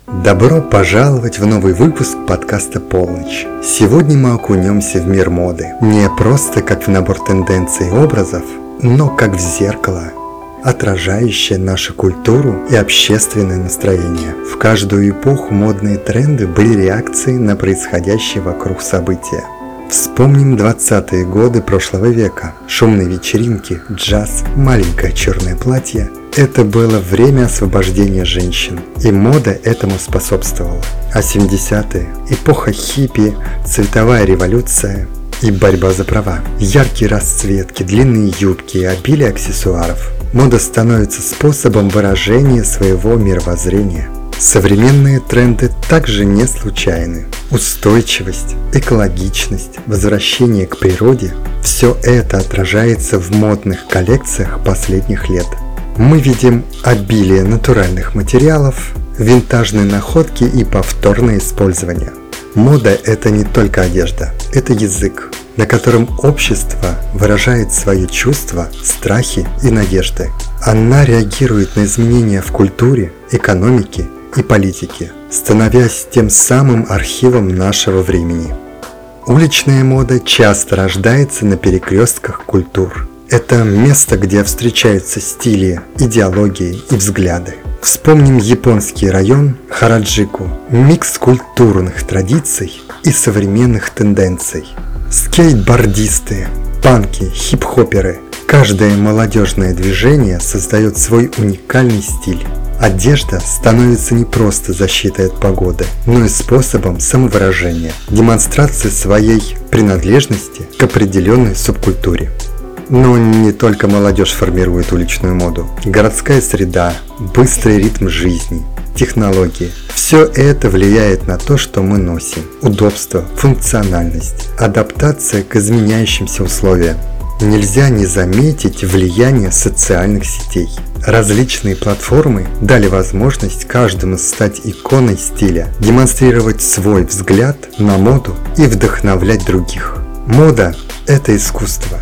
Добро пожаловать в новый выпуск подкаста «Полночь». Сегодня мы окунемся в мир моды. Не просто как в набор тенденций и образов, но как в зеркало, отражающее нашу культуру и общественное настроение. В каждую эпоху модные тренды были реакцией на происходящие вокруг события. Вспомним 20-е годы прошлого века. Шумные вечеринки, джаз, маленькое черное платье. Это было время освобождения женщин, и мода этому способствовала. А 70-е – эпоха хиппи, цветовая революция и борьба за права. Яркие расцветки, длинные юбки и обилие аксессуаров. Мода становится способом выражения своего мировоззрения. Современные тренды также не случайны. Устойчивость, экологичность, возвращение к природе – все это отражается в модных коллекциях последних лет. Мы видим обилие натуральных материалов, винтажные находки и повторное использование. Мода – это не только одежда, это язык, на котором общество выражает свои чувства, страхи и надежды. Она реагирует на изменения в культуре, экономике и политике, становясь тем самым архивом нашего времени. Уличная мода часто рождается на перекрестках культур. Это место, где встречаются стили, идеологии и взгляды. Вспомним японский район Хараджику, микс культурных традиций и современных тенденций. Скейтбордисты, панки, хип-хоперы. Каждое молодежное движение создает свой уникальный стиль. Одежда становится не просто защитой от погоды, но и способом самовыражения, демонстрации своей принадлежности к определенной субкультуре. Но не только молодежь формирует уличную моду. Городская среда, быстрый ритм жизни, технологии – все это влияет на то, что мы носим. Удобство, функциональность, адаптация к изменяющимся условиям. Нельзя не заметить влияние социальных сетей. Различные платформы дали возможность каждому стать иконой стиля, демонстрировать свой взгляд на моду и вдохновлять других. Мода – это искусство.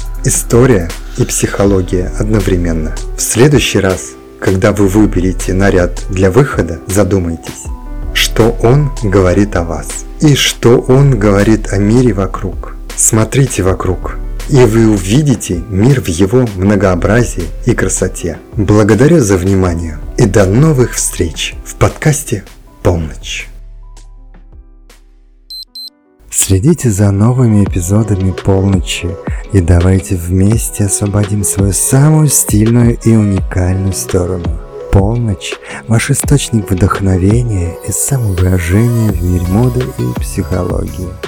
История и психология одновременно. В следующий раз, когда вы выберете наряд для выхода, задумайтесь, что он говорит о вас и что он говорит о мире вокруг. Смотрите вокруг, и вы увидите мир в его многообразии и красоте. Благодарю за внимание и до новых встреч в подкасте «Полночь». Следите за новыми эпизодами «Полночи» и давайте вместе освободим свою самую стильную и уникальную сторону. «Полночь» – ваш источник вдохновения и самовыражения в мире моды и психологии.